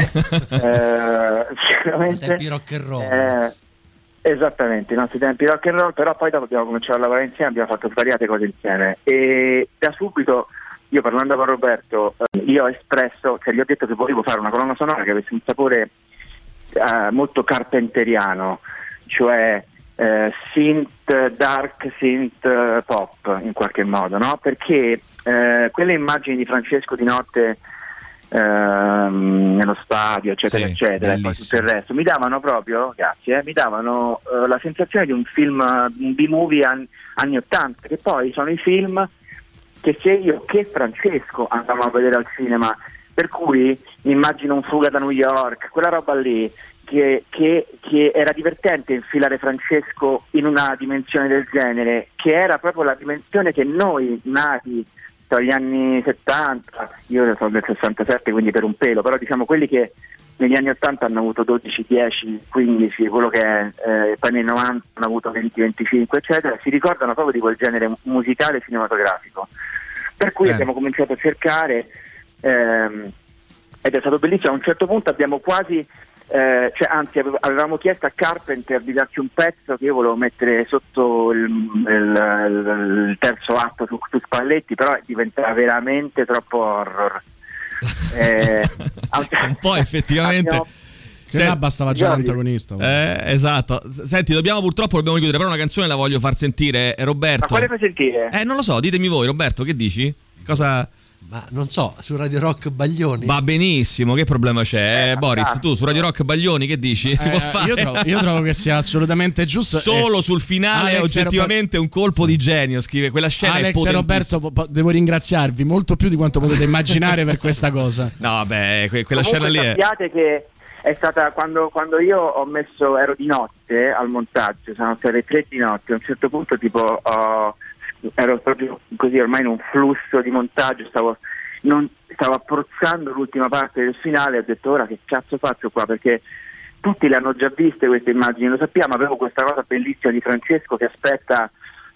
eh, sicuramente. Tempi rock and roll. Eh, esattamente, i nostri tempi rock and roll, però poi dopo abbiamo cominciato a lavorare insieme, abbiamo fatto svariate cose insieme e da subito io parlando con Roberto eh, io ho espresso, cioè gli ho detto che volevo fare una colonna sonora che avesse un sapore eh, molto carpenteriano, cioè eh, synth, dark synth eh, pop in qualche modo, no? Perché eh, quelle immagini di Francesco di notte ehm, nello stadio, eccetera, Sì, eccetera, e poi bellissimo. tutto il resto, mi davano proprio, grazie, eh, mi davano eh, la sensazione di un film, un B-movie an- anni ottanta, che poi sono i film che sia io che Francesco andavamo a vedere al cinema, per cui mi immagino un Fuga da New York, quella roba lì, che, che, che era divertente infilare Francesco in una dimensione del genere, che era proprio la dimensione che noi nati tra gli anni settanta, io sono del sessantasette quindi per un pelo, però diciamo quelli che negli anni ottanta hanno avuto dodici, dieci, quindici, quello che è, eh, poi nei novanta hanno avuto venti, venticinque eccetera, si ricordano proprio di quel genere musicale cinematografico, per cui Eh. abbiamo cominciato a cercare ehm, ed è stato bellissimo. A un certo punto abbiamo quasi eh, cioè, anzi ave- avevamo chiesto a Carpenter di darci un pezzo che io volevo mettere sotto il, il- il- il terzo atto su, su Spalletti, però diventava veramente troppo horror. Eh, a un, Un po' effettivamente. abbiamo- Che Senti- là bastava già Giorgi. l'antagonista. Eh, esatto. S- Senti, dobbiamo purtroppo dobbiamo chiudere, però una canzone la voglio far sentire, eh, Ma Roberto. quale fai sentire? Eh, non lo so, ditemi voi, Roberto, che dici? Cosa Ma non so, su Radio Rock Baglioni. va benissimo, che problema c'è? Eh, Boris, tu su Radio Rock Baglioni che dici? Si Eh, può fare? io, trovo, io trovo che sia assolutamente giusto. Solo e- sul finale è Alex e oggettivamente un colpo di genio, scrive, quella scena è Alex e potentissima. Roberto, po- po- devo ringraziarvi molto più di quanto potete immaginare per questa cosa. No, vabbè, que- quella Comunque scena lì è... sappiate che è stata quando, quando io ho messo, ero di notte al montaggio, sono state tre di notte, a un certo punto tipo ho- ero proprio così ormai in un flusso di montaggio, stavo, non, stavo approzzando l'ultima parte del finale e ho detto ora che cazzo faccio qua, perché tutti le hanno già viste queste immagini, lo sappiamo, avevo questa cosa bellissima di Francesco che aspetta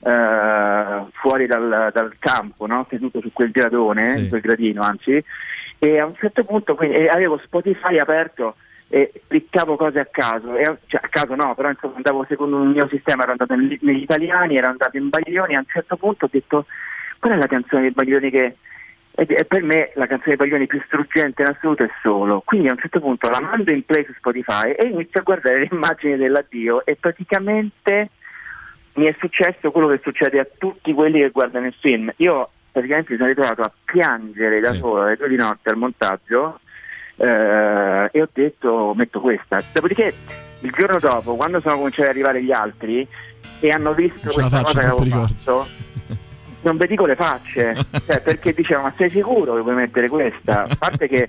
eh, fuori dal, dal campo, no? Seduto su quel gradone, Sì. su quel gradino anzi, e a un certo punto quindi, e avevo Spotify aperto e cliccavo cose a caso, e, cioè a caso no, però insomma andavo secondo il mio sistema, ero andato nel- negli italiani, ero andato in Baglioni, a un certo punto ho detto qual è la canzone dei Baglioni che e, e per me la canzone dei Baglioni più struggente in assoluto è Solo, quindi a un certo punto la mando in play su Spotify e inizio a guardare le immagini dell'addio e praticamente mi è successo quello che succede a tutti quelli che guardano il film. Io praticamente mi sono ritrovato a piangere da Sì. solo alle due di notte al montaggio eh, e ho detto metto questa. Dopodiché il giorno dopo, quando sono cominciati ad arrivare gli altri e hanno visto Non ce la questa faccio, cosa che troppi avevo ricordi. fatto, non vi dico le facce, cioè, perché dicevano ma sei sicuro che vuoi mettere questa? A parte che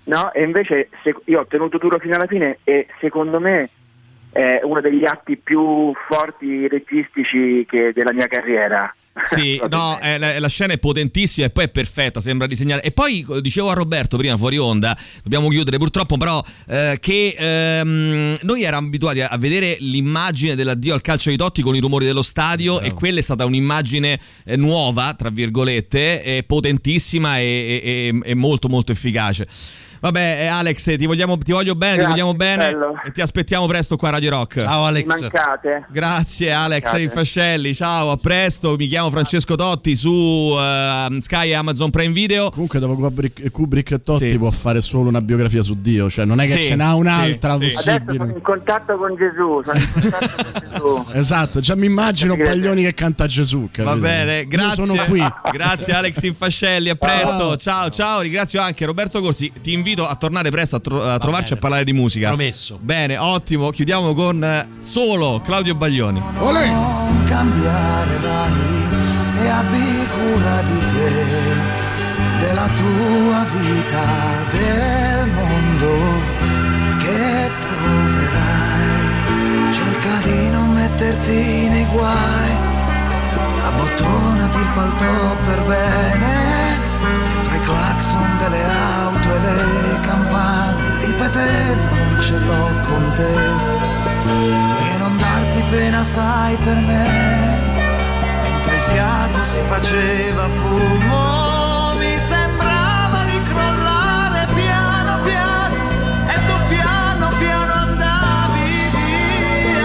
no? E invece se, io ho tenuto duro fino alla fine e secondo me è uno degli atti più forti registici che della mia carriera. Sì, no, eh, la, la scena è potentissima e poi è perfetta, sembra disegnare. E poi dicevo a Roberto prima fuori onda, dobbiamo chiudere purtroppo, però eh, che ehm, noi eravamo abituati a, a vedere l'immagine dell'addio al calcio di Totti con i rumori dello stadio, e quella è stata un'immagine eh, nuova, tra virgolette, eh, potentissima e, e, e molto molto efficace. Vabbè, Alex, ti vogliamo, ti voglio bene, Grazie, ti vogliamo bene bello. E ti aspettiamo presto qua a Radio Rock. Ciao Alex. Mancate. Grazie Alex Mancate. Infascelli, ciao, a presto. Mi chiamo Francesco Totti su uh, Sky e Amazon Prime Video. Comunque dopo Kubrick, Kubrick e Totti Sì. può fare solo una biografia su Dio, cioè non è che Sì, ce n'ha un'altra sì, sì. Adesso possibile. sono in contatto con Gesù, sono in contatto con Gesù. Esatto, già mi immagino Grazie. Baglioni che canta Gesù, capito? Va bene, grazie. Io sono qui. Grazie Alex Infascelli, a presto. Ciao, ciao. Ringrazio anche Roberto Corsi. Ti invito a tornare presto a, tro- a trovarci bene. a parlare di musica. Promesso. Bene, ottimo. Chiudiamo con eh, solo Claudio Baglioni. Olè! Non cambiare mai e abbi cura di te, della tua vita, del mondo che troverai. Cerca di non metterti nei guai, abbottonati il palto per bene, e fra i clacson delle auto e le campane ripetevo non ce l'ho con te, e non darti pena sai per me, mentre il fiato si faceva fumo mi sembrava di crollare piano piano e tu piano piano andavi via,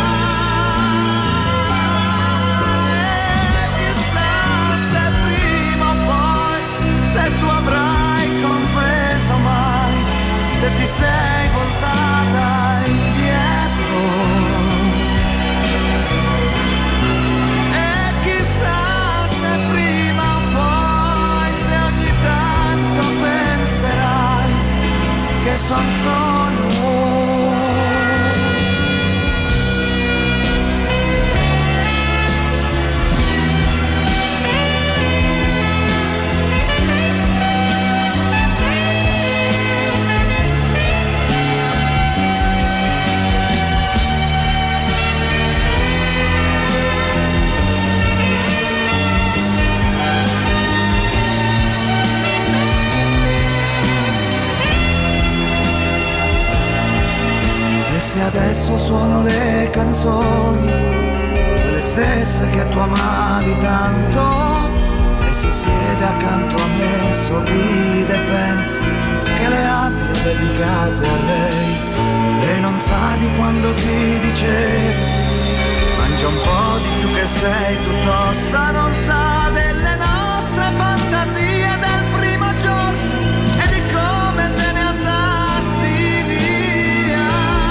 e chissà se prima o poi, se tu avrai compreso mai, se ti sei voltata indietro, e chissà se prima o poi, se ogni tanto penserai che son solo. E se adesso suono le canzoni, quelle stesse che tu amavi tanto, e si siede accanto a me, sorride e pensa che le abbia dedicate a lei, e non sa di quando ti dicevo mangia un po' di più che sei tutto ossa, non sa delle nostre fantasie del primo giorno e di come te ne andasti via,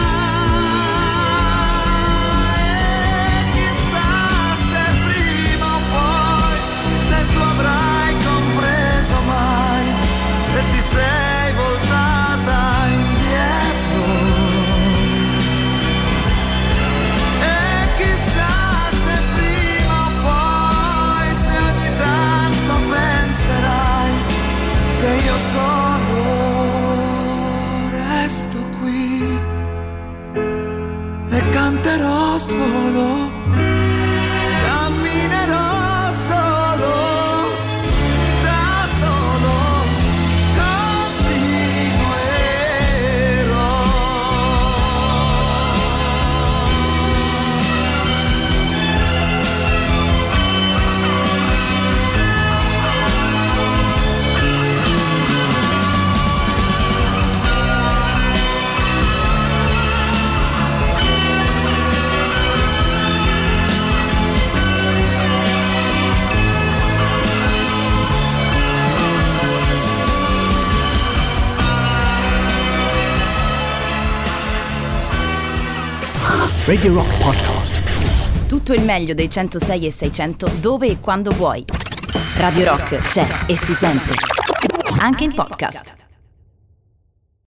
e chissà se prima o poi, se tu avrai compreso mai, se ti sei voltata indietro, e chissà se prima o poi, se ogni tanto penserai che io solo resto qui e canterò solo, camminerò solo, da solo Radio Rock Podcast. Tutto il meglio dei centosei e seicento dove e quando vuoi. Radio Rock c'è e si sente. Anche in podcast.